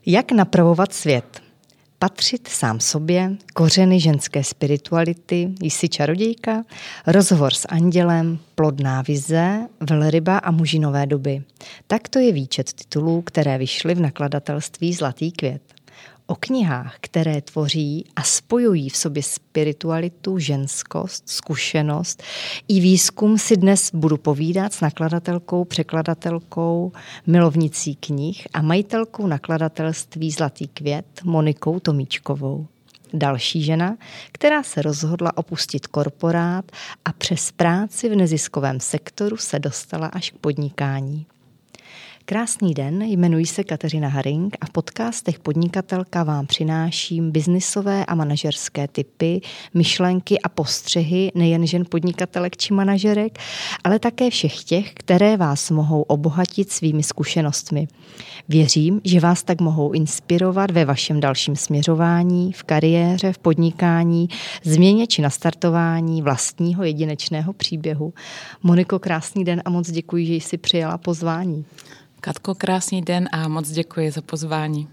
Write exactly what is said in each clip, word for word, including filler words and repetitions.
Jak napravovat svět? Patřit sám sobě, kořeny ženské spirituality, jsi čarodějka, rozhovor s andělem, plodná vize, velryba a muži nové doby. Tak to je výčet titulů, které vyšly v nakladatelství Zlatý květ. O knihách, které tvoří a spojují v sobě spiritualitu, ženskost, zkušenost i výzkum, si dnes budu povídat s nakladatelkou, překladatelkou, milovnicí knih a majitelkou nakladatelství Zlatý květ Monikou Tomíčkovou. Další žena, která se rozhodla opustit korporát a přes práci v neziskovém sektoru se dostala až k podnikání. Krásný den, jmenuji se Kateřina Haring a v podcastech Podnikatelka vám přináším biznisové a manažerské tipy, myšlenky a postřehy nejen žen podnikatelek či manažerek, ale také všech těch, které vás mohou obohatit svými zkušenostmi. Věřím, že vás tak mohou inspirovat ve vašem dalším směřování, v kariéře, v podnikání, změně či nastartování vlastního jedinečného příběhu. Moniko, krásný den a moc děkuji, že jsi přijala pozvání. Katko, krásný den a moc děkuji za pozvání.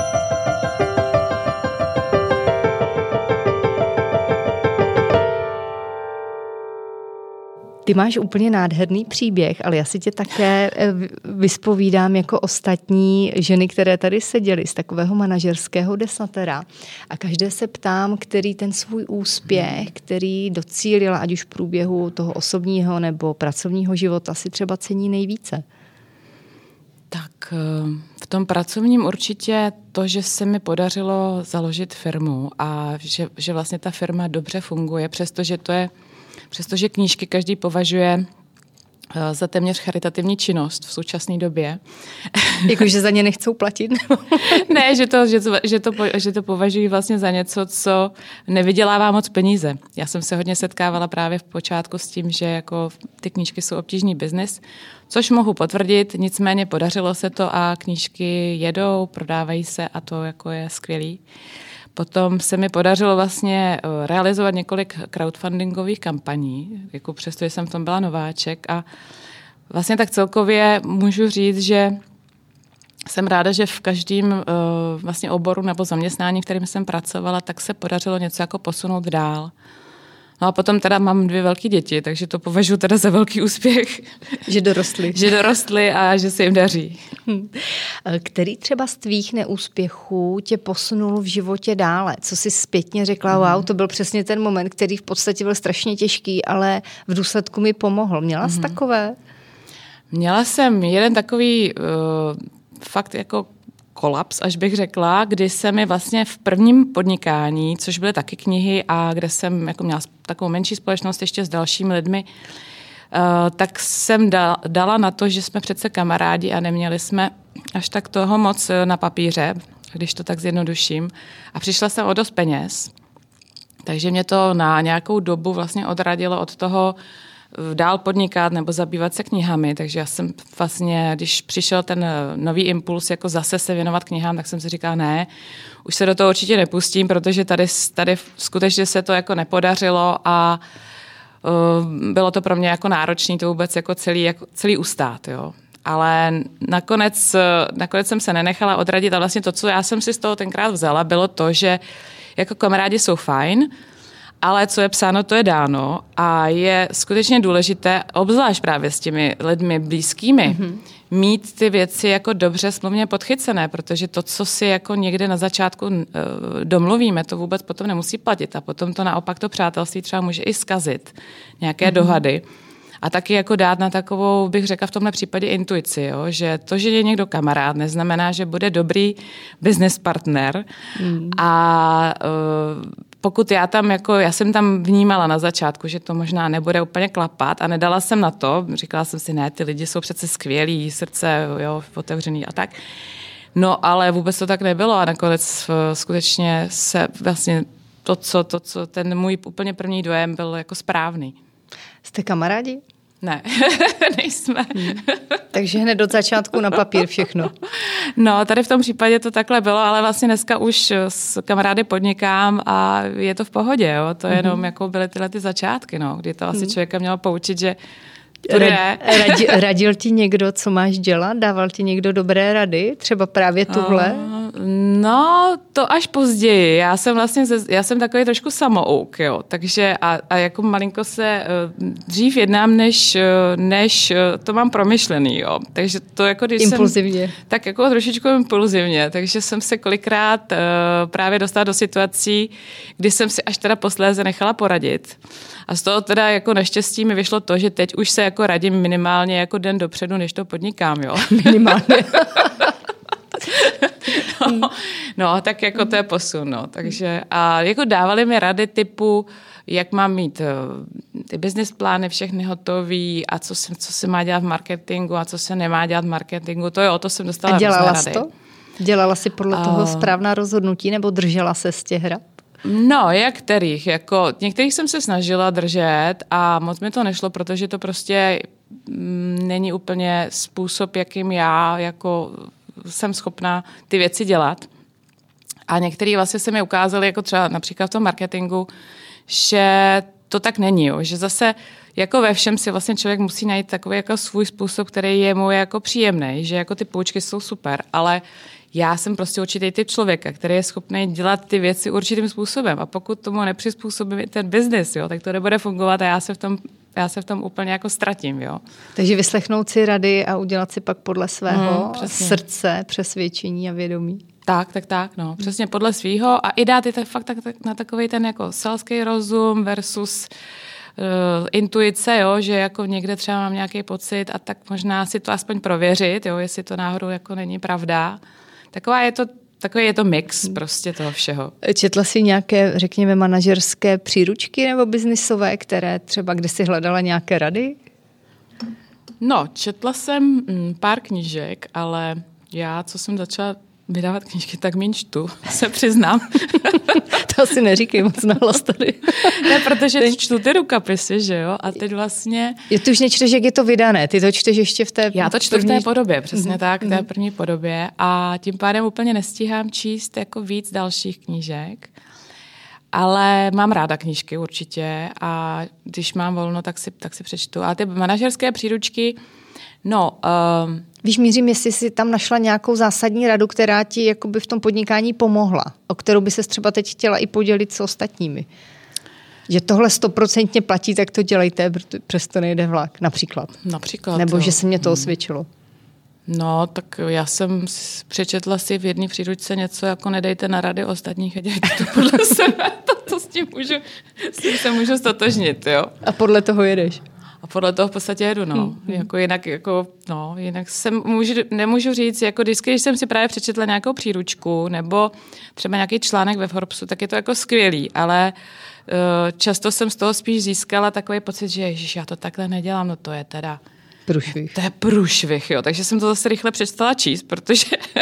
Ty máš úplně nádherný příběh, ale já si tě také vyspovídám jako ostatní ženy, které tady seděly z takového manažerského desatera. A každé se ptám, který ten svůj úspěch, který docílila, ať už v průběhu toho osobního nebo pracovního života, si třeba cení nejvíce. Tak v tom pracovním určitě to, že se mi podařilo založit firmu a že, že vlastně ta firma dobře funguje, přestože to je, přestože knížky každý považuje za téměř charitativní činnost v současné době. Jakože za ně nechcou platit? Ne, že to, že, to, že, to, že to považují vlastně za něco, co nevydělává moc peníze. Já jsem se hodně setkávala právě v počátku s tím, že jako ty knížky jsou obtížný biznis, což mohu potvrdit, nicméně podařilo se to a knížky jedou, prodávají se a to jako je skvělý. Potom se mi podařilo vlastně realizovat několik crowdfundingových kampaní, jako přesto, že jsem v tom byla nováček a vlastně tak celkově můžu říct, že jsem ráda, že v každém uh, vlastně oboru nebo zaměstnání, v kterém jsem pracovala, tak se podařilo něco jako posunout dál. No a potom teda mám dvě velké děti, takže to považuji teda za velký úspěch. Že dorostly. Že dorostly a že se jim daří. Který třeba z tvých neúspěchů tě posunul v životě dále? Co jsi zpětně řekla, wow, to byl přesně ten moment, který v podstatě byl strašně těžký, ale v důsledku mi pomohl. Měla jsi mm-hmm. takové? Měla jsem jeden takový uh, fakt jako kolaps, až bych řekla, kdy se mi vlastně v prvním podnikání, což byly taky knihy a kde jsem jako měla takovou menší společnost ještě s dalšími lidmi, uh, tak jsem da, dala na to, že jsme přece kamarádi a neměli jsme až tak toho moc na papíře, když to tak zjednoduším. A přišla jsem o dost peněz, takže mě to na nějakou dobu vlastně odradilo od toho dál podnikat nebo zabývat se knihami, takže já jsem vlastně, když přišel ten nový impuls jako zase se věnovat knihám, tak jsem si říkala, ne, už se do toho určitě nepustím, protože tady, tady skutečně se to jako nepodařilo a uh, bylo to pro mě jako náročné to vůbec jako celý, jako celý ustát, jo. Ale nakonec, nakonec jsem se nenechala odradit a vlastně to, co já jsem si z toho tenkrát vzala, bylo to, že jako kamarádi jsou fajn, ale co je psáno, to je dáno a je skutečně důležité, obzvlášť právě s těmi lidmi blízkými, mm-hmm. mít ty věci jako dobře smluvně podchycené, protože to, co si jako někde na začátku uh, domluvíme, to vůbec potom nemusí platit a potom to naopak to přátelství třeba může i zkazit nějaké mm-hmm. dohady. A taky jako dát na takovou, bych řekla v tomhle případě intuici, jo? Že to, že je někdo kamarád, neznamená, že bude dobrý business partner. Mm. A uh, pokud já tam, jako, já jsem tam vnímala na začátku, že to možná nebude úplně klapat a nedala jsem na to, říkala jsem si, ne, ty lidi jsou přece skvělí, srdce, jo, otevřený a tak. No, ale vůbec to tak nebylo a nakonec uh, skutečně se vlastně to, co, to, co ten můj úplně první dojem byl jako správný. Jste kamarádi? Ne, nejsme. Hmm. Takže hned od začátku na papír všechno. No, tady v tom případě to takhle bylo, ale vlastně dneska už s kamarády podnikám a je to v pohodě, jo. To jenom mm-hmm. jako byly tyhle ty začátky, no, kdy to asi mm. člověka mělo poučit, že Rad, radil, radil ti někdo, co máš dělat? Dával ti někdo dobré rady? Třeba právě tuhle? No, to až později. Já jsem vlastně, ze, já jsem takový trošku samouk, jo, takže a, a jako malinko se uh, dřív jednám, než, než to mám promyšlený, jo. Takže to jako, když impulzivně. Jsem, tak jako trošičku impulzivně, takže jsem se kolikrát uh, právě dostala do situací, kdy jsem si až teda posléze nechala poradit. A z toho teda jako naštěstí mi vyšlo to, že teď už se jako radím minimálně jako den dopředu, než to podnikám, jo. Minimálně. no, no, tak jako to je posun, no. Takže a jako dávali mi rady typu, jak mám mít uh, ty business plány všechny hotový a co se, co se má dělat v marketingu a co se nemá dělat v marketingu. To jo, to jsem dostala a dělala různé rady. To? Dělala si podle toho uh, správná rozhodnutí nebo držela se z těch rad? No, jak kterých? Jako, některých jsem se snažila držet a moc mi to nešlo, protože to prostě mm, není úplně způsob, jakým já jako jsem schopná ty věci dělat. A některý vlastně se mi ukázali, jako třeba například v tom marketingu, že to tak není, jo. Že zase jako ve všem si vlastně člověk musí najít takový jako svůj způsob, který je mu jako příjemný, že jako ty poučky jsou super, ale já jsem prostě určitý typ člověka, který je schopný dělat ty věci určitým způsobem a pokud tomu nepřizpůsobím ten biznis, jo, tak to nebude fungovat a já se v tom já se v tom úplně jako ztratím, jo. Takže vyslechnout si rady a udělat si pak podle svého hmm, srdce, přesvědčení a vědomí. Tak, tak, tak, no. Přesně podle svýho a i dát je fakt tak, tak, na takovej ten jako selský rozum versus uh, intuice, jo, že jako někde třeba mám nějaký pocit a tak možná si to aspoň prověřit, jo, jestli to náhodou jako není pravda. Taková je to Takový je to mix prostě toho všeho. Četla jsi nějaké, řekněme, manažerské příručky nebo biznisové, které třeba, kde jsi hledala nějaké rady? No, četla jsem pár knížek, ale já, co jsem začala vydávat knížky, tak méně čtu, se přiznám. To asi neříkej moc nahlas tady. Ne, protože teď čtu ty rukapisy, že jo? A teď vlastně... Je, ty už nečteš, jak je to vydané, ty to čteš ještě v té... Já to čtu první... v té podobě, přesně mm-hmm. tak, v té mm-hmm. první podobě a tím pádem úplně nestíhám číst jako víc dalších knížek. Ale mám ráda knížky určitě a když mám volno, tak si, tak si přečtu. A ty manažerské příručky, no... Um, Víš, mířím, jestli jsi tam našla nějakou zásadní radu, která ti jakoby v tom podnikání pomohla, o kterou by ses třeba teď chtěla i podělit s ostatními. Že tohle stoprocentně platí, tak to dělejte, protože přesto nejde vlak, například. Například. Nebo jo. že se mě to osvědčilo. No, tak já jsem přečetla si v jedné příručce něco, jako nedejte na rady ostatních a dělejte to podle sebe. To, to s tím můžu, s tím se můžu stotožnit, jo. A podle toho jedeš. A podle toho v podstatě jedu, no. Hmm. Jako jinak, jako, no, jinak jsem, můžu, nemůžu říct, jako vždycky, když jsem si právě přečetla nějakou příručku nebo třeba nějaký článek ve Forbesu, tak je to jako skvělý, ale uh, často jsem z toho spíš získala takový pocit, že ježiš, já to takhle nedělám, no to je teda... Průšvih. To je průšvih, jo. Takže jsem to zase rychle přestala číst, protože...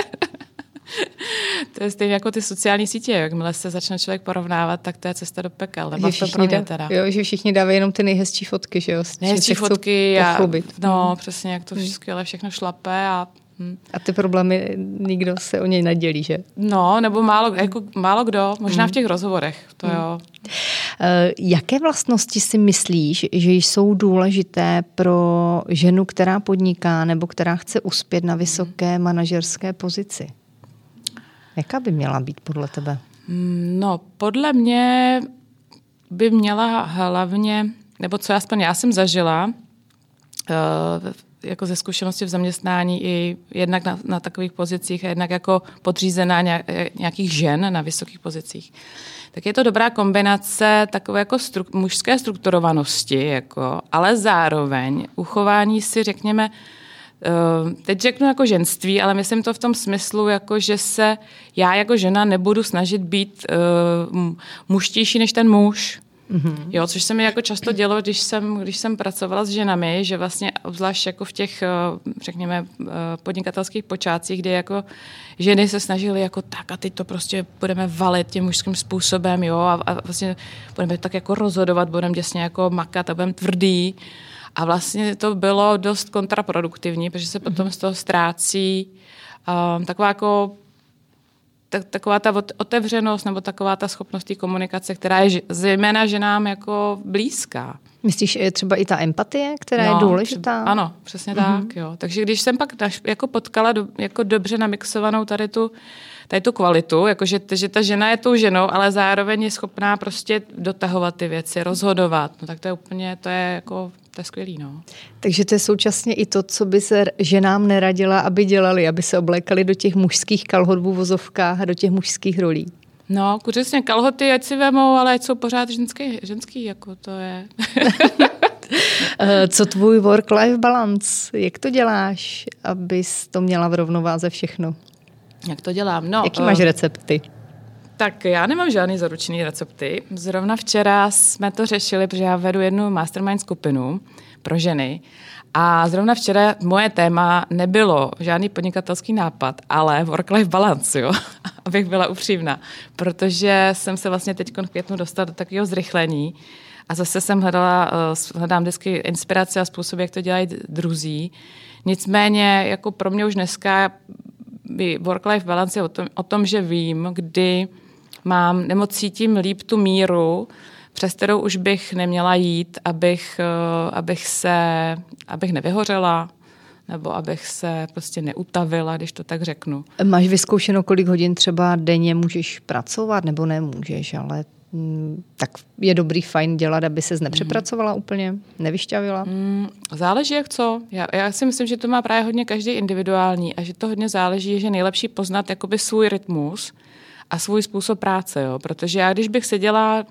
To je stejně jako ty sociální sítě, jakmile se začne člověk porovnávat, tak to je cesta do pekel. Nebo to pro mě teda. Jo, že všichni dávají jenom ty nejhezčí fotky, že jo? Nejhezčí fotky a no, hmm. přesně, jak to skvěle všechno šlape a hm. A ty problémy, nikdo se o něj nedělí, že? No, nebo málo, jako málo kdo, možná hmm. v těch rozhovorech, to hmm. jo. Jaké vlastnosti si myslíš, že jsou důležité pro ženu, která podniká nebo která chce uspět na vysoké hmm. manažerské pozici? Jaká by měla být podle tebe? No, podle mě by měla hlavně, nebo co aspoň já jsem zažila, jako ze zkušenosti v zaměstnání i jednak na, na takových pozicích a jednak jako podřízená nějakých žen na vysokých pozicích. Tak je to dobrá kombinace takové jako stru, mužské strukturovanosti, jako, ale zároveň uchování si, řekněme, teď řeknu jako ženství, ale myslím to v tom smyslu, jako že se já jako žena nebudu snažit být uh, mužtější než ten muž. Mm-hmm. Jo, což se mi jako často dělo, když jsem, když jsem pracovala s ženami, že vlastně obzvlášť jako v těch, řekněme, podnikatelských počátcích, kdy jako ženy se snažily jako tak a teď to prostě budeme valit tím mužským způsobem, jo, a, a vlastně budeme tak jako rozhodovat, budeme děsně jako makat a budeme tvrdý. A vlastně to bylo dost kontraproduktivní, protože se potom z toho ztrácí um, taková jako tak, taková ta otevřenost nebo taková ta schopnost té komunikace, která je zejména ženám jako blízká. Myslíš třeba i ta empatie, která no, je důležitá? Třeba, ano, přesně mm-hmm. tak. Jo. Takže když jsem pak daž, jako potkala do, jako dobře namixovanou tady tu, tady tu kvalitu, jako že, že ta žena je tou ženou, ale zároveň je schopná prostě dotahovat ty věci, rozhodovat, no tak to je úplně, to je jako, to je skvělý, no. Takže to je současně i to, co by se ženám neradila, aby dělali, aby se oblékali do těch mužských kalhot v uvozovkách a do těch mužských rolí. No, přesně, kalhoty, ať si vemou, ale ať jsou pořád ženský, ženský jako to je. Co tvůj work-life balance? Jak to děláš, abys to měla v rovnováze všechno? Jak to dělám? No, jaký máš recepty? Tak já nemám žádný zaručený recepty. Zrovna včera jsme to řešili, protože já vedu jednu mastermind skupinu pro ženy. A zrovna včera moje téma nebylo žádný podnikatelský nápad, ale work-life balance, jo, abych byla upřímná. Protože jsem se vlastně teď v květnu dostala do takového zrychlení a zase jsem hledala, hledám vždycky inspirace a způsoby, jak to dělají druzí. Nicméně jako pro mě už dneska work-life balance je o tom, o tom, že vím, kdy mám, nebo cítím líp tu míru, přes kterou už bych neměla jít, abych, abych se, abych nevyhořela, nebo abych se prostě neutavila, když to tak řeknu. Máš vyzkoušeno, kolik hodin třeba denně můžeš pracovat, nebo nemůžeš, ale mm, tak je dobrý, fajn dělat, aby ses nepřepracovala mm. úplně, nevyšťavila? Mm, záleží jak co. Já, já si myslím, že to má právě hodně každý individuální a že to hodně záleží, že je nejlepší poznat jakoby svůj rytmus a svůj způsob práce, jo? Protože já, když bych seděla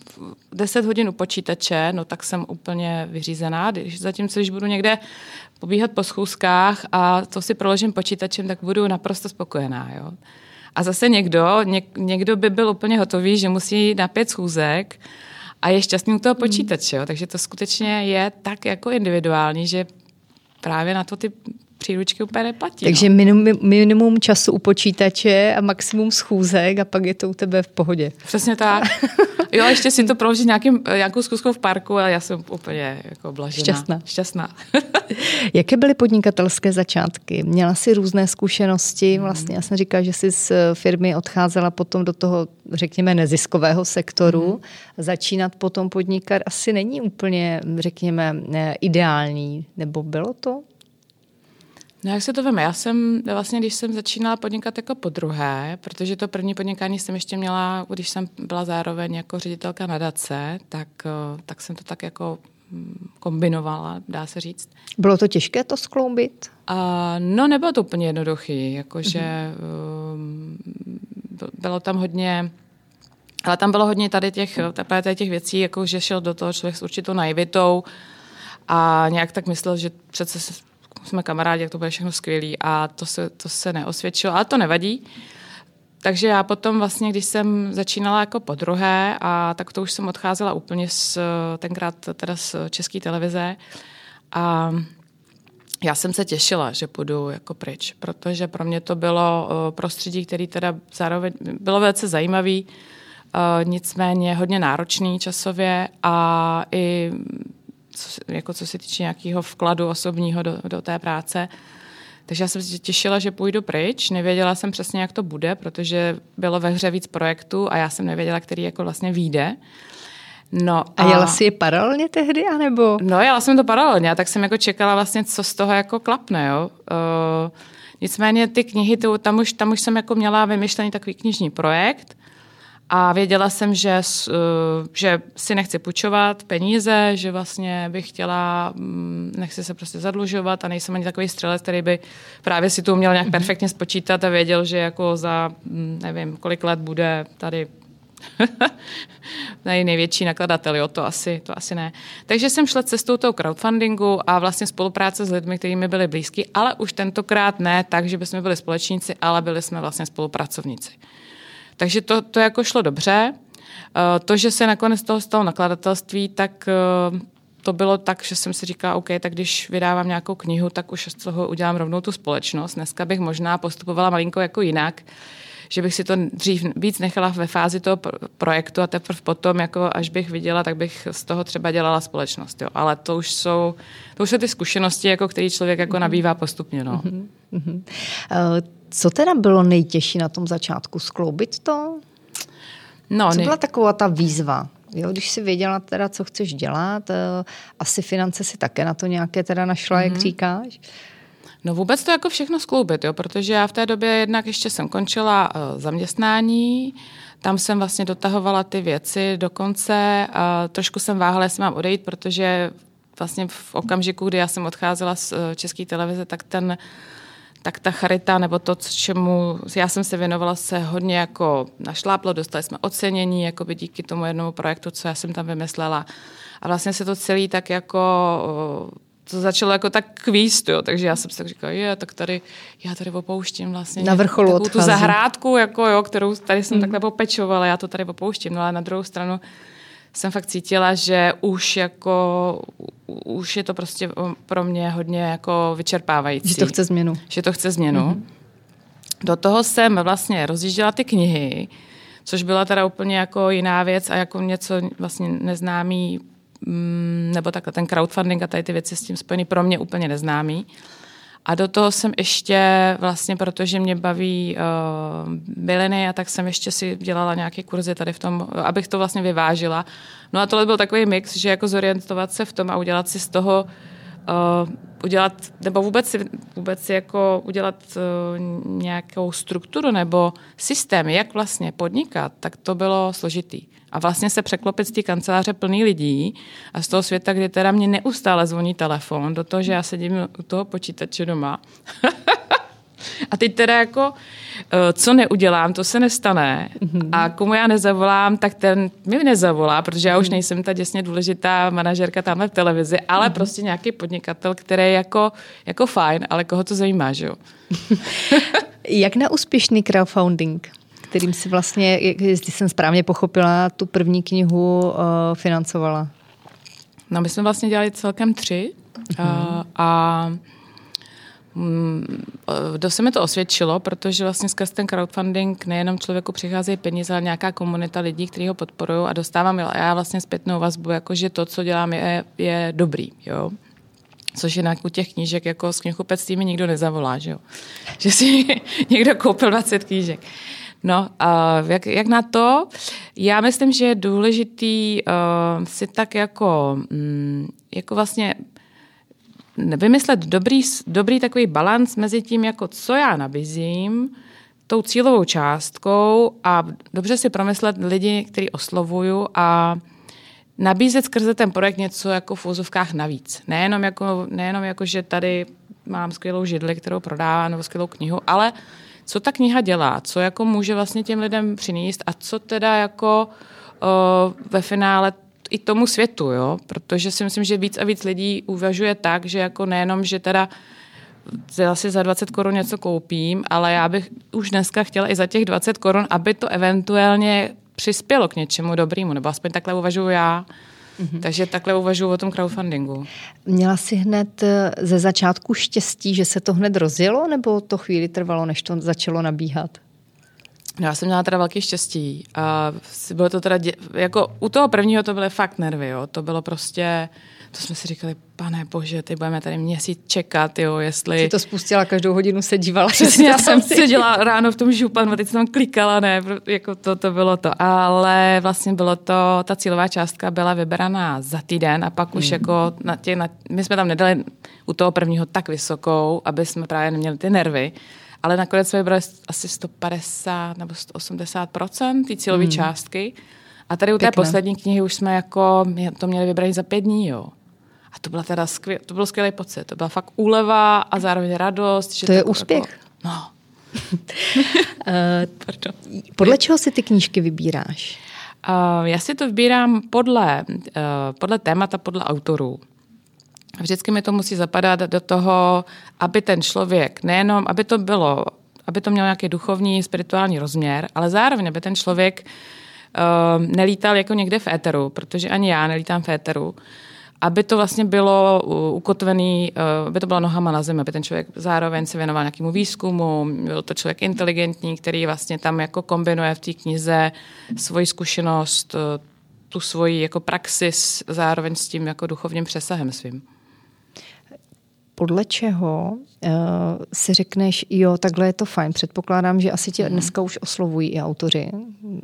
deset hodin u počítače, no tak jsem úplně vyřízená. Když, zatímco, když budu někde pobíhat po schůzkách a to si proložím počítačem, tak budu naprosto spokojená. Jo? A zase někdo, něk, někdo by byl úplně hotový, že musí jít na pět schůzek a je šťastný u toho počítače. Jo? Takže to skutečně je tak jako individuální, že právě na to ty příručky úplně neplatí. Takže no. minimum, minimum času u počítače a maximum schůzek a pak je to u tebe v pohodě. Přesně tak. Jo, ještě si to proložit nějakým, nějakou zkuskou v parku, ale já jsem úplně jako blažená. Šťastná. Šťastná. Jaké byly podnikatelské začátky? Měla jsi různé zkušenosti? Vlastně já jsem říkala, že jsi z firmy odcházela potom do toho, řekněme, neziskového sektoru. Mm. Začínat potom podnikat asi není úplně, řekněme, ideální. Nebo bylo to? No jak se to veme? Já jsem vlastně, když jsem začínala podnikat jako podruhé, protože to první podnikání jsem ještě měla, když jsem byla zároveň jako ředitelka nadace, tak, tak jsem to tak jako kombinovala, dá se říct. Bylo to těžké to skloubit? Uh, no nebylo to úplně jednoduchý, jakože mm-hmm. um, bylo tam hodně, ale tam bylo hodně tady těch, tady těch věcí, jako že šel do toho člověk s určitou naivitou a nějak tak myslel, že přece jsme kamarádi, jak to bude všechno skvělý a to se, to se neosvědčilo, ale to nevadí. Takže já potom vlastně, když jsem začínala jako podruhé, a tak to už jsem odcházela úplně z, tenkrát teda z České televize a já jsem se těšila, že půjdu jako pryč, protože pro mě to bylo prostředí, které teda zároveň bylo velice zajímavý, nicméně hodně náročný časově a i Co, jako co se týče nějakého vkladu osobního do, do té práce. Takže já jsem se těšila, že půjdu pryč. Nevěděla jsem přesně, jak to bude, protože bylo ve hře víc projektů a já jsem nevěděla, který jako vlastně vyjde. No a, a jela jsi je paralelně tehdy, anebo? No, jela jsem to paralelně a tak jsem jako čekala vlastně, co z toho jako klapne, jo. Uh, nicméně ty knihy, to, tam, už, tam už jsem jako měla vymyšlený takový knižní projekt, a věděla jsem, že, že si nechci půjčovat peníze, že vlastně bych chtěla, nechci se prostě zadlužovat a nejsem ani takový střelec, který by právě si to uměl nějak perfektně spočítat a věděl, že jako za nevím, kolik let bude tady největší nakladatel, jo, to asi, to asi ne. Takže jsem šla cestou toho crowdfundingu a vlastně spolupráce s lidmi, kteří mi byli blízky, ale už tentokrát ne tak, že bychom byli společníci, ale byli jsme vlastně spolupracovníci. Takže to, to jako šlo dobře. To, že se nakonec toho stalo nakladatelství, tak to bylo tak, že jsem si říkala, OK, tak když vydávám nějakou knihu, tak už z toho udělám rovnou tu společnost. Dneska bych možná postupovala malinko jako jinak, že bych si to dřív víc nechala ve fázi toho projektu a teprve potom, jako až bych viděla, tak bych z toho třeba dělala společnost. Jo. Ale to už jsou, to už jsou ty zkušenosti, jako který člověk jako nabývá postupně. No. Mm-hmm. Mm-hmm. Uh, co teda bylo nejtěžší na tom začátku? Skloubit to? No, co nej... byla taková ta výzva? Jo, když jsi věděla teda, co chceš dělat, asi finance si také na to nějaké teda našla, mm-hmm. jak říkáš? No vůbec to jako všechno skloubit, jo, protože já v té době jednak ještě jsem končila uh, zaměstnání, tam jsem vlastně dotahovala ty věci do konce, uh, trošku jsem váhala, jestli mám odejít, protože vlastně v okamžiku, kdy já jsem odcházela z uh, České televize, tak ten tak ta charita, nebo to, čemu já jsem se věnovala, se hodně jako našláplo, dostali jsme ocenění jakoby díky tomu jednomu projektu, co já jsem tam vymyslela. A vlastně se to celý tak jako, to začalo jako tak kvíst, jo, takže já jsem si tak říkala, je, tak tady, já tady opouštím vlastně na vrcholu tu zahrádku, jako jo, kterou tady jsem hmm. takhle popečovala, já to tady opouštím, no ale na druhou stranu jsem fakt cítila, že už jako, už je to prostě pro mě hodně jako vyčerpávající. Že to chce změnu. Že to chce změnu. Mm-hmm. Do toho jsem vlastně rozjížděla ty knihy, což byla teda úplně jako jiná věc a jako něco vlastně neznámý, nebo takhle ten crowdfunding a tady ty věci s tím spojený pro mě úplně neznámý. A do toho jsem ještě vlastně, protože mě baví uh, byliny, a tak jsem ještě si dělala nějaké kurzy tady v tom, abych to vlastně vyvážila. No a tohle byl takový mix, že jako zorientovat se v tom a udělat si z toho, uh, udělat, nebo vůbec si, vůbec si jako udělat uh, nějakou strukturu nebo systém, jak vlastně podnikat, tak to bylo složitý. A vlastně se překlopit z té kanceláře plný lidí a z toho světa, kdy teda mě neustále zvoní telefon, do toho, že já sedím u toho počítače doma. A teď teda jako, co neudělám, to se nestane. Mm-hmm. A komu já nezavolám, tak ten mi nezavolá, protože já už nejsem ta děsně důležitá manažerka tamhle v televizi, ale mm-hmm. prostě nějaký podnikatel, který je jako, jako fajn, ale koho to zajímá, že jo? Jak na úspěšný crowdfunding, kterým si vlastně, jestli jsem správně pochopila, tu první knihu uh, financovala? No my jsme vlastně dělali celkem tři mm-hmm. uh, a dost se mi to osvědčilo, protože vlastně skrz ten crowdfunding nejenom člověku přicházejí peníze, ale nějaká komunita lidí, kteří ho podporují a dostávám já vlastně zpětnou vazbu, jako že to, co dělám, je, je dobrý, jo. Což jinak u těch knížek jako z knihkupectví mi nikdo nezavolá, že jo. Že si někdo koupil dvacet knížek. No, a jak, jak na to? Já myslím, že je důležitý uh, si tak jako, um, jako vlastně vymyslet dobrý, dobrý takový balans mezi tím, jako co já nabízím, tou cílovou částkou a dobře si promyslet lidi, který oslovuju a nabízet skrze ten projekt něco jako v úzovkách navíc. Nejenom jako, nejenom jako, že tady mám skvělou židli, kterou prodávám, nebo skvělou knihu, ale co ta kniha dělá, co jako může vlastně těm lidem přinést a co teda jako uh, ve finále i tomu světu, jo, protože si myslím, že víc a víc lidí uvažuje tak, že jako nejenom, že teda asi za dvacet korun něco koupím, ale já bych už dneska chtěla i za těch dvacet korun, aby to eventuálně přispělo k něčemu dobrému, nebo aspoň takhle uvažuji já. Mm-hmm. Takže takhle uvažuji o tom crowdfundingu. Měla jsi hned ze začátku štěstí, že se to hned rozjelo, nebo to chvíli trvalo, než to začalo nabíhat? No, já jsem měla teda velký štěstí. A bylo to teda, dě- jako u toho prvního to byly fakt nervy, jo. To bylo prostě, to jsme si říkali, pane bože, ty budeme tady měsíc čekat, jo, jestli... Jsi to spustila, každou hodinu se dívala. Přesně, já jsem seděla ráno v tom županu, teď jsem tam klikala, ne, jako to, to bylo to. Ale vlastně bylo to, ta cílová částka byla vybraná za týden a pak hmm. už jako, na tě, na, my jsme tam nedali u toho prvního tak vysokou, aby jsme právě neměli ty nervy. Ale nakonec jsme vybrali asi sto padesát nebo sto osmdesát procent té cílové hmm. částky. A tady u té Pěkné. poslední knihy už jsme jako to měli vybrat za pět dní, jo. A to byla teda skvěl, to byl skvělý pocit. To byla fakt úleva a zároveň radost. Že to je úspěch. Jako, no. uh, podle čeho si ty knížky vybíráš? Uh, já si to vybírám podle, uh, podle témata, podle autorů. Vždycky mi to musí zapadat do toho, aby ten člověk nejenom, aby to bylo, aby to mělo nějaký duchovní, spirituální rozměr, ale zároveň, aby ten člověk uh, nelítal jako někde v éteru, protože ani já nelítám v éteru, aby to vlastně bylo ukotvený, uh, aby to bylo nohama na zemi, aby ten člověk zároveň se věnoval nějakému výzkumu, byl to člověk inteligentní, který vlastně tam jako kombinuje v té knize svoji zkušenost, uh, tu svoji jako praxis zároveň s tím jako duchovním přesahem svým. Podle čeho uh, si řekneš, jo, takhle je to fajn. Předpokládám, že asi tě dneska už oslovují i autoři.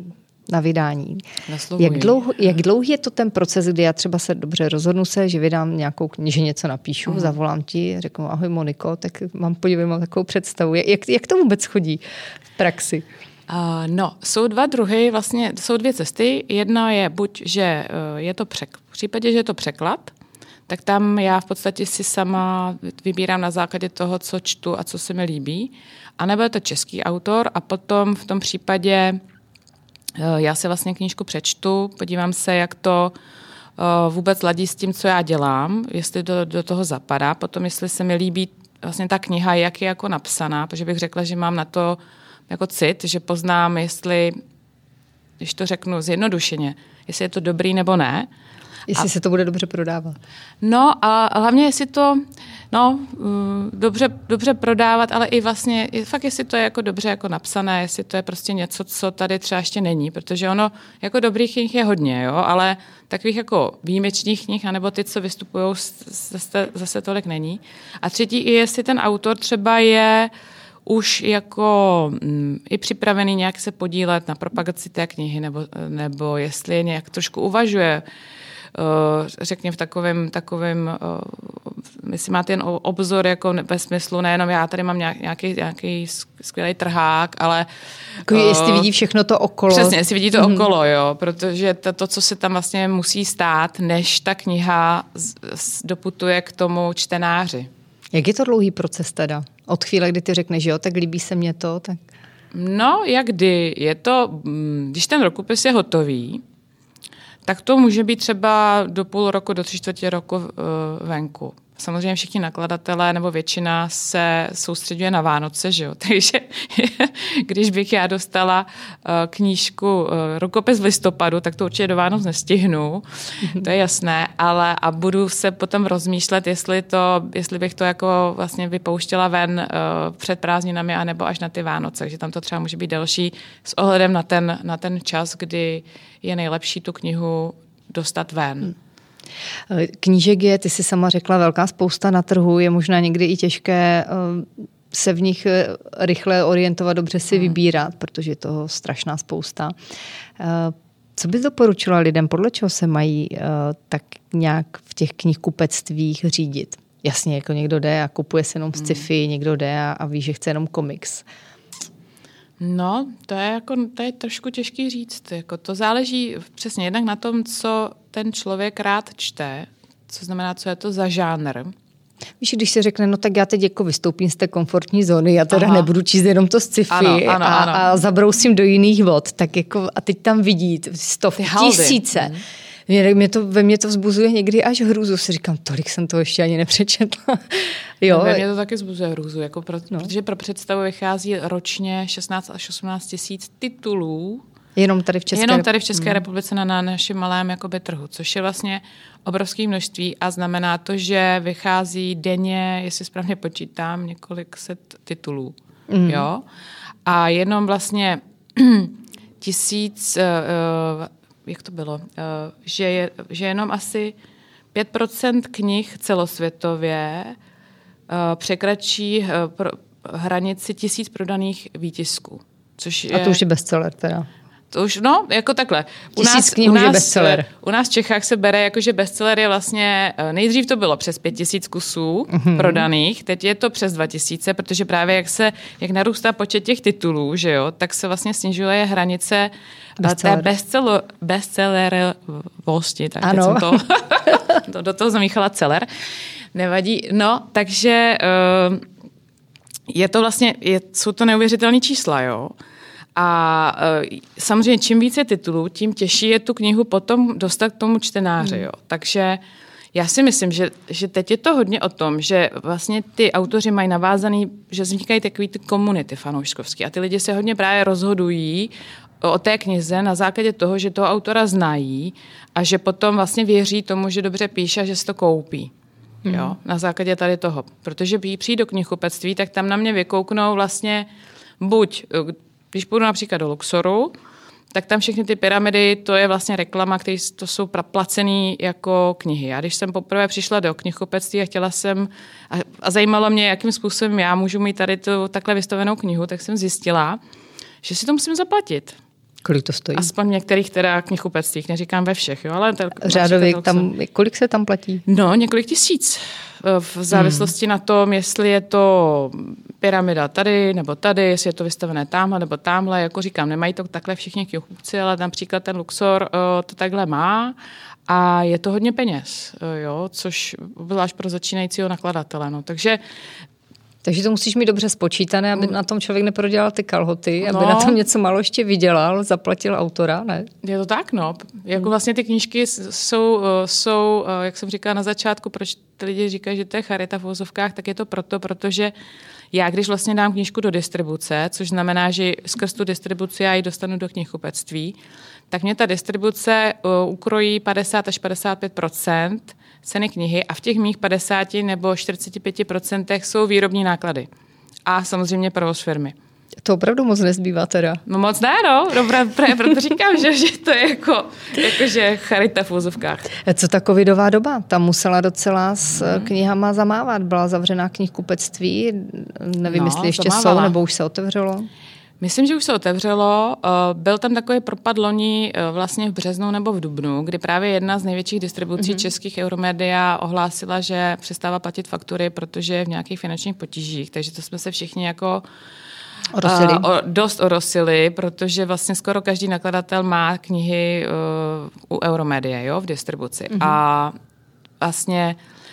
na vydání. Naslovuji. Jak, dlouho, jak dlouhý je to ten proces, kdy já třeba se dobře rozhodnu se, že vydám nějakou knihu, něco napíšu, mm. zavolám ti, řeknu ahoj Moniko, tak mám podívej, mám takovou představu. Jak, jak to vůbec chodí v praxi? Uh, no, jsou dva druhy, vlastně jsou dvě cesty. Jedna je buď, že uh, je to překlad. V případě, že je to překlad, tak tam já v podstatě si sama vybírám na základě toho, co čtu a co se mi líbí. A nebo je to český autor a potom v tom případě uh, já si vlastně knížku přečtu, podívám se, jak to uh, vůbec ladí s tím, co já dělám, jestli do, do toho zapadá, potom jestli se mi líbí vlastně ta kniha, jak je jako napsaná, protože bych řekla, že mám na to jako cit, že poznám, jestli, když to řeknu zjednodušeně, jestli je to dobrý nebo ne. Jestli a, se to bude dobře prodávat. No a hlavně, jestli to no, dobře, dobře prodávat, ale i vlastně, fakt jestli to je jako dobře jako napsané, jestli to je prostě něco, co tady třeba ještě není, protože ono jako dobrých knih je hodně, jo, ale takových jako výjimečných knih, anebo ty, co vystupují, zase, zase tolik není. A třetí i jestli ten autor třeba je už jako m, i připravený nějak se podílet na propagaci té knihy, nebo, nebo jestli nějak trošku uvažuje, uh, řekněme v takovém, takovém uh, jestli máte jen obzor jako ve smyslu, nejenom já tady mám nějaký, nějaký skvělý trhák, ale jako uh, jestli vidí všechno to okolo. Přesně, jestli vidí to mm. okolo, jo, protože to, to, co se tam vlastně musí stát, než ta kniha z, z, doputuje k tomu čtenáři. Jak je to dlouhý proces teda? Od chvíle, kdy ty řekneš, jo, tak líbí se mně to, tak... No, jak kdy. Je to, když ten rukopis je hotový, tak to může být třeba do půl roku, do tři čtvrtě roku uh, venku. Samozřejmě všichni nakladatelé nebo většina se soustředuje na Vánoce, že jo? Takže když bych já dostala uh, knížku uh, rukopis v listopadu, tak to určitě do Vánoc nestihnu, to je jasné, ale a budu se potom rozmýšlet, jestli, to, jestli bych to jako vlastně vypouštěla ven uh, před prázdninami anebo až na ty Vánoce, takže tam to třeba může být delší s ohledem na ten, na ten čas, kdy je nejlepší tu knihu dostat ven. Hmm. Knížek je, ty jsi sama řekla, velká spousta na trhu, je možná někdy i těžké se v nich rychle orientovat, dobře si hmm. vybírat, protože je toho strašná spousta. Co bys doporučila lidem, podle čeho se mají tak nějak v těch knihkupectvích řídit? Jasně, jako někdo jde a kupuje se jenom sci-fi, hmm. někdo jde a, a ví, že chce jenom komiks. No, to je, jako, to je trošku těžký říct. Jako to záleží přesně jednak na tom, co ten člověk rád čte, co znamená, co je to za žánr. Víš, když se řekne, no tak já teď jako vystoupím z té komfortní zóny, já teda Aha. nebudu číst jenom to sci-fi ano, ano, a, ano. a zabrousím do jiných vod, tak jako a teď tam vidí stovky, tisíce. Hmm. Mě, mě to, ve mně to vzbuzuje někdy až hrůzu. Si říkám, tolik jsem to ještě ani nepřečetla. Jo. No, ve mně to taky vzbuzuje hrůzu, jako pro, no. protože pro představu vychází ročně šestnáct až osmnáct tisíc titulů. Jenom tady v České, Jenom tady v České republice na, na našem malém jakoby, trhu, což je vlastně obrovské množství a znamená to, že vychází denně, jestli správně počítám, několik set titulů. Mm. Jo? A jenom vlastně tisíc... Uh, jak to bylo, že, je, že jenom asi pět procent knih celosvětově překračí hranici tisíc prodaných výtisků. Což je, a to už je bestseller teda. To už, no, jako takhle. U Tisíc nás, knih u nás, je bestseller. U nás v Čechách se bere, jako, že bestseller je vlastně, nejdřív to bylo přes pět tisíc kusů mm-hmm. prodaných, teď je to přes dva tisíce, protože právě jak se, jak narůstá počet těch titulů, že jo, tak se vlastně snižuje hranice bestseller. té bestseller, bestsellerovosti. Tak ano. Teď jsem to, to, do toho zamíchala celer. Nevadí. No, takže uh, je to vlastně, je, jsou to neuvěřitelné čísla, jo. A uh, samozřejmě čím více titulů, tím těžší je tu knihu potom dostat k tomu čtenáři. Hmm. Jo. Takže já si myslím, že, že teď je to hodně o tom, že vlastně ty autoři mají navázaný, že vznikají takový ty komunity fanouškovský a ty lidi se hodně právě rozhodují o té knize na základě toho, že toho autora znají a že potom vlastně věří tomu, že dobře píše a že si to koupí. Hmm. Jo, na základě tady toho. Protože přijdu do knihkupectví, tak tam na mě vykouknou vlastně buď... Když půjdu například do Luxoru, tak tam všechny ty pyramidy, to je vlastně reklama, které to jsou placené jako knihy. A když jsem poprvé přišla do knihkupectví a chtěla jsem, a, a zajímalo mě, jakým způsobem já můžu mít tady tu takhle vystavenou knihu, tak jsem zjistila, že si to musím zaplatit. Kolik to stojí? Aspoň v některých teda knihkupectvích, neříkám ve všech, jo, ale... Řádově tam, kolik se tam platí? No, několik tisíc. V závislosti hmm. na tom, jestli je to pyramida tady nebo tady, jestli je to vystavené tamhle nebo tamhle, jako říkám, nemají to takhle všichni knihkupci, ale například ten Luxor to takhle má a je to hodně peněz, jo, což bylo až pro začínajícího nakladatele. No. Takže Takže to musíš mít dobře spočítané, aby na tom člověk neprodělal ty kalhoty, no. aby na tom něco malo ještě vydělal, zaplatil autora, ne? Je to tak, no. Jako vlastně ty knížky jsou, jsou, jak jsem říkala na začátku, proč ty lidi říkají, že to je charita v uvozovkách, tak je to proto, protože já, když vlastně dám knížku do distribuce, což znamená, že skrz tu distribuci já ji dostanu do knihkupectví, tak mě ta distribuce ukrojí padesát až padesát pět procent ceny knihy a v těch mých padesáti nebo čtyřiceti pěti procentech jsou výrobní náklady. A samozřejmě provoz firmy. To opravdu moc nezbývá teda. No moc ne, no. Dobrá, proto říkám, že, že to je jako, jako že charita v úzovkách. Co ta covidová doba? Tam musela docela s hmm. knihama zamávat. Byla zavřená knihkupectví. Nevím, no, jestli ještě zamávala. Jsou, nebo už se otevřelo. Myslím, že už se otevřelo. Byl tam takový propad loni vlastně v březnu nebo v dubnu, kdy právě jedna z největších distribucí mm-hmm. českých Euromedia ohlásila, že přestává platit faktury, protože je v nějakých finančních potížích. Takže to jsme se všichni jako orosili. Uh, o, dost orosili, protože vlastně skoro každý nakladatel má knihy uh, u Euromedia, jo, v distribuci. Mm-hmm. A vlastně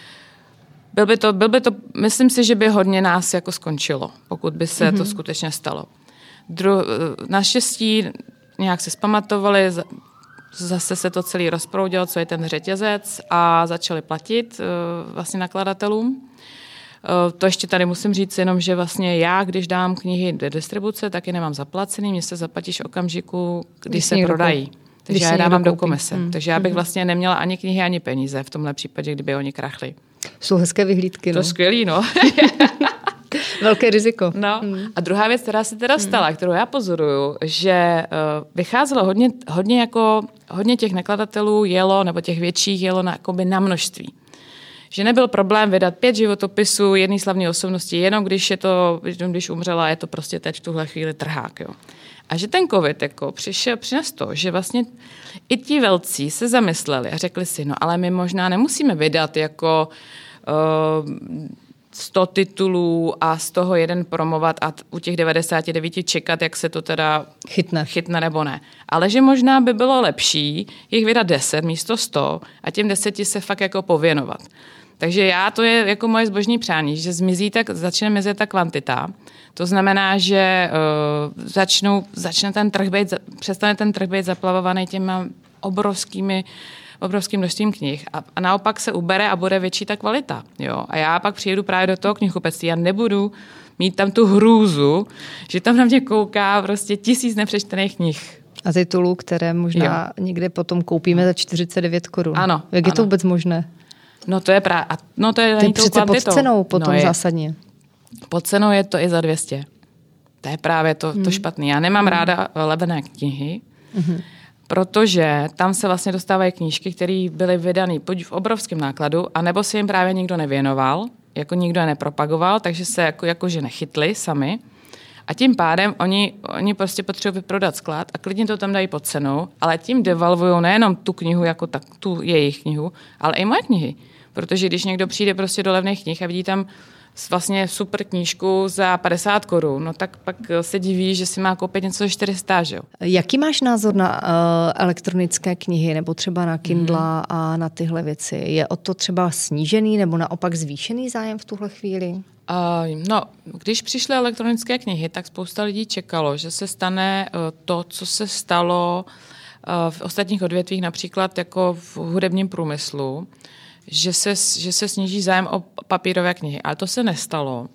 byl by to, byl by to, myslím si, že by hodně nás jako skončilo, pokud by se mm-hmm. to skutečně stalo. Dru- naštěstí nějak se zpamatovali, zase se to celý rozproudilo, co je ten řetězec a začali platit uh, vlastně nakladatelům. Uh, to ještě tady musím říct jenom, že vlastně já, když dám knihy do distribuce, tak je nemám zaplacený, mě se zaplatíš v okamžiku, když, když se prodají. Takže já je dávám do komise. Hmm. Takže já bych vlastně neměla ani knihy, ani peníze v tomhle případě, kdyby oni krachli. Jsou hezké vyhlídky, no. To je skvělý, no. Velké riziko. No. Hmm. A druhá věc, která se teda stala, hmm. kterou já pozoruju, že uh, vycházelo hodně, hodně, jako, hodně těch nakladatelů jelo, nebo těch větších jelo na, jakoby na množství. Že nebyl problém vydat pět životopisů jedné slavné osobnosti, jenom když je to, když umřela, je to prostě teď v tuhle chvíli trhák. Jo. A že ten covid jako přišel, přines to, že vlastně i ti velcí se zamysleli a řekli si, no ale my možná nemusíme vydat jako uh, sto titulů a z toho jeden promovat a u těch devadesát devět čekat, jak se to teda chytne. chytne nebo ne. Ale že možná by bylo lepší jich vydat deset místo sto a těm deseti se fakt jako pověnovat. Takže já, to je jako moje zbožní přání, že zmizí tak, začne mizet ta kvantita. To znamená, že uh, začnou, začne ten trh být, přestane ten trh být zaplavovaný těma obrovskými obrovským množstvím knih a, a naopak se ubere a bude větší ta kvalita. Jo? A já pak přijedu právě do toho knihkupectví a nebudu mít tam tu hrůzu, že tam na mě kouká prostě tisíc nepřečtených knih. A titulů, které možná jo. někde potom koupíme za čtyřicet devět korun. Ano. Jak ano. je to vůbec možné? No to je právě. No to je, to je přece pod cenou potom no zásadně. Pod cenou je to i za dvě stě. To je právě to, hmm. to špatný. Já nemám hmm. ráda levné knihy, hmm. protože tam se vlastně dostávají knížky, které byly vydané v obrovském nákladu, anebo se jim právě nikdo nevěnoval, jako nikdo je nepropagoval, takže se jako, jakože nechytli sami. A tím pádem oni, oni prostě potřebují vyprodat sklad a klidně to tam dají pod cenou, ale tím devalvují nejenom tu knihu, jako tak, tu jejich knihu, ale i moje knihy. Protože když někdo přijde prostě do levných knih a vidí tam vlastně super knížku za padesát korun, no tak pak se diví, že si má koupit něco za čtyři sta, že jo? Jaký máš názor na uh, elektronické knihy nebo třeba na Kindle hmm. a na tyhle věci? Je o to třeba snížený nebo naopak zvýšený zájem v tuhle chvíli? Uh, no, když přišly elektronické knihy, tak spousta lidí čekalo, že se stane uh, to, co se stalo uh, v ostatních odvětvích, například jako v hudebním průmyslu, že se, že se sníží zájem o papírové knihy. Ale to se nestalo.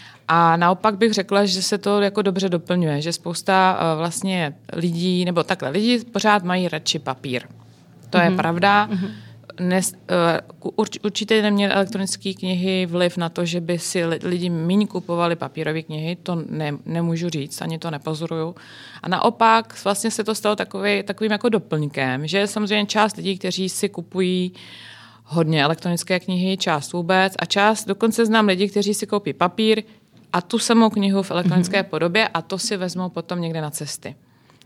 A naopak bych řekla, že se to jako dobře doplňuje, že spousta uh, vlastně lidí, nebo takhle, lidi pořád mají radši papír. To mm-hmm. je pravda. Mm-hmm. Nes, uh, urč, určitě neměly elektronické knihy vliv na to, že by si lidi míň kupovali papírové knihy, to ne, nemůžu říct, ani to nepozoruju. A naopak vlastně se to stalo takový, takovým jako doplňkem, že je samozřejmě část lidí, kteří si kupují hodně elektronické knihy, část vůbec a část, dokonce znám lidi, kteří si koupí papír a tu samou knihu v elektronické mm-hmm. podobě a to si vezmou potom někde na cesty.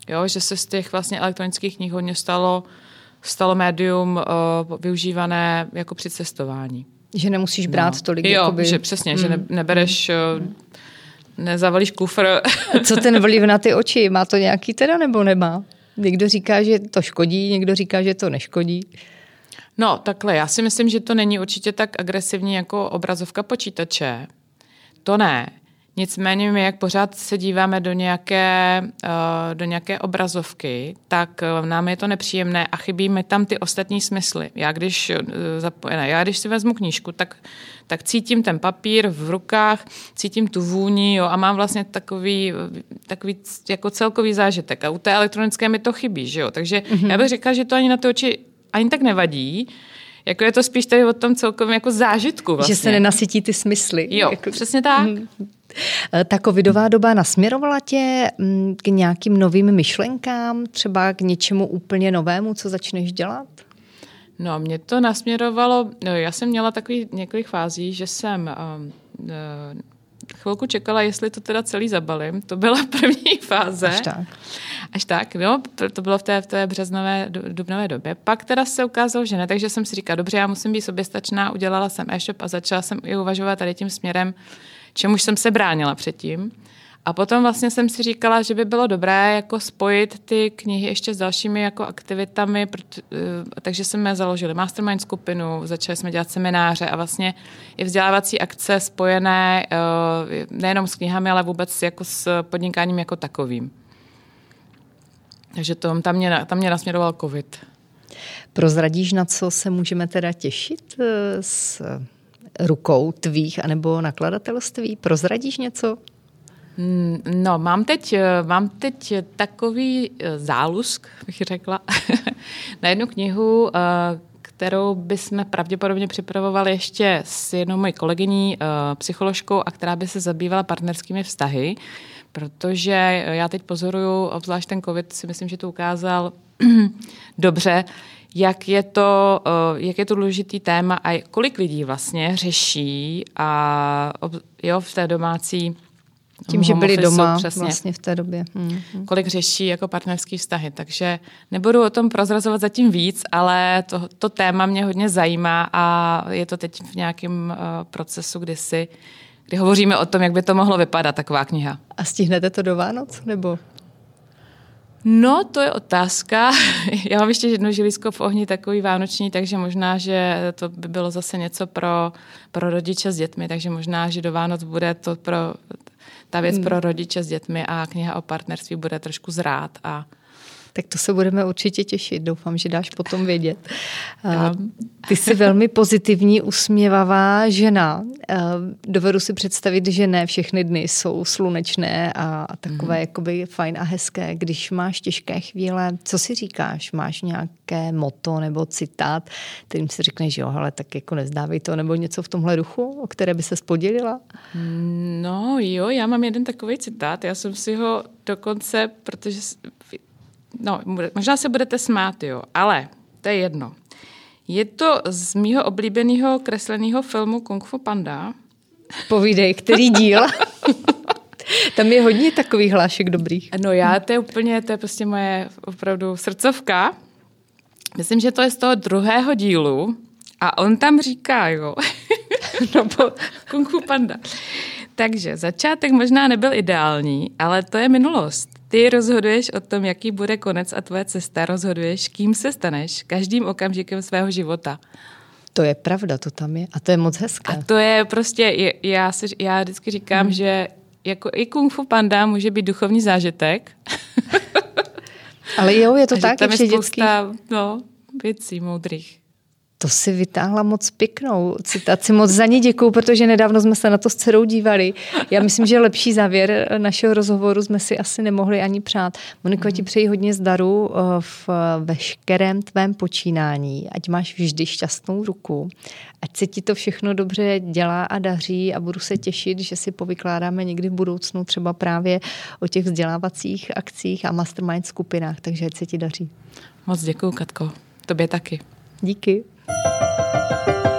Jo, že se z těch vlastně elektronických knih hodně stalo, stalo médium uh, využívané jako při cestování. Že nemusíš brát no. tolik. Jo, jakoby... že přesně, mm. že ne, nebereš, mm. nezavalíš kufr. Co ten vliv na ty oči? Má to nějaký teda nebo nemá? Někdo říká, že to škodí, někdo říká, že to neškodí. No, takhle, já si myslím, že to není určitě tak agresivní jako obrazovka počítače. To ne. Nicméně my, jak pořád se díváme do nějaké, do nějaké obrazovky, tak nám je to nepříjemné a chybí mi tam ty ostatní smysly. Já když, ne, já když si vezmu knížku, tak, tak cítím ten papír v rukách, cítím tu vůni, jo, a mám vlastně takový, takový jako celkový zážitek. A u té elektronické mi to chybí, že jo. Takže mm-hmm. já bych řekla, že to ani na ty oči ani tak nevadí. Jako je to spíš tady o tom celkovém jako zážitku vlastně. Že se nenasytí ty smysly. Jo, jako... přesně tak. Mm. Ta covidová doba nasměrovala tě k nějakým novým myšlenkám, třeba k něčemu úplně novému, co začneš dělat? No, mě to nasměrovalo, já jsem měla takový několik fází, že jsem um, uh, chvilku čekala, jestli to teda celý zabalím. To byla první fáze. Až tak. Až tak, no, to bylo v té, v té březnové, dubnové době. Pak teda se ukázalo, že ne, takže jsem si říkala, dobře, já musím být soběstačná, udělala jsem e-shop a začala jsem i uvažovat tady tím směrem, čemuž jsem se bránila předtím. A potom vlastně jsem si říkala, že by bylo dobré jako spojit ty knihy ještě s dalšími jako aktivitami, proto, takže jsme založili mastermind skupinu, začali jsme dělat semináře a vlastně i vzdělávací akce spojené nejenom s knihami, ale vůbec jako s podnikáním jako takovým. Takže to, tam, mě, tam mě nasměroval covid. Prozradíš, na co se můžeme teda těšit s rukou tvých anebo nakladatelství? Prozradíš něco? No, mám teď, mám teď takový zálusk, bych řekla, na jednu knihu, kterou bychom pravděpodobně připravovali ještě s jednou mojí kolegyní, psycholožkou, a která by se zabývala partnerskými vztahy, protože já teď pozoruju, obzvlášť ten covid, si myslím, že to ukázal dobře, jak je to, jak je to důležitý téma a kolik lidí vlastně řeší a jo, v té domácí tím, že byli doma přesně, vlastně v té době. Hmm. Kolik řeší jako partnerský vztahy. Takže nebudu o tom prozrazovat zatím víc, ale to, to téma mě hodně zajímá a je to teď v nějakém uh, procesu, kdy si, kdy hovoříme o tom, jak by to mohlo vypadat, taková kniha. A stihnete to do Vánoc, nebo? No, to je otázka. Já mám ještě jedno žilízko v ohni, takový vánoční, takže možná, že to by bylo zase něco pro, pro rodiče s dětmi, takže možná, že do Vánoc bude to pro... Ta věc hmm. pro rodiče s dětmi a kniha o partnerství bude trošku zrát. A... Tak to se budeme určitě těšit. Doufám, že dáš potom vědět. Ty jsi velmi pozitivní, usměvavá žena. Dovedu si představit, že ne všechny dny jsou slunečné a takové mm. jakoby fajn a hezké. Když máš těžké chvíle, co si říkáš? Máš nějaké motto nebo citát, kterým si řekneš, že jo, ale tak jako nezdávej to, nebo něco v tomhle duchu, o které by se podělila? No jo, já mám jeden takový citát. Já jsem si ho dokonce, protože... No, možná se budete smát, jo, ale to je jedno. Je to z mýho oblíbeného kresleného filmu Kung Fu Panda. Povídej, který díl? Tam je hodně takových hlášek dobrých. No já, to je úplně, to je prostě moje opravdu srdcovka. Myslím, že to je z toho druhého dílu a on tam říká, jo, no po Kung Fu Panda. Takže začátek možná nebyl ideální, ale to je minulost. Ty rozhoduješ o tom, jaký bude konec a tvoje cesta, rozhoduješ, kým se staneš každým okamžikem svého života. To je pravda, to tam je. A to je moc hezké. A to je prostě, já, si, já vždycky říkám, hmm. že jako i Kung Fu Panda může být duchovní zážitek. Ale jo, je to a tak, tam je spousta dětský... no, věcí moudrých. To si vytáhla moc pěknou citaci. Moc za ní děkuju, protože nedávno jsme se na to s dcerou dívali. Já myslím, že lepší závěr našeho rozhovoru jsme si asi nemohli ani přát. Moniko, mm. ti přeji hodně zdaru v veškerém tvém počínání. Ať máš vždy šťastnou ruku. Ať se ti to všechno dobře dělá a daří a budu se těšit, že si povykládáme někdy v budoucnu třeba právě o těch vzdělávacích akcích a mastermind skupinách. Takže ať se ti daří. Moc děkuju, Katko. Tobě taky. Díky. Thank you.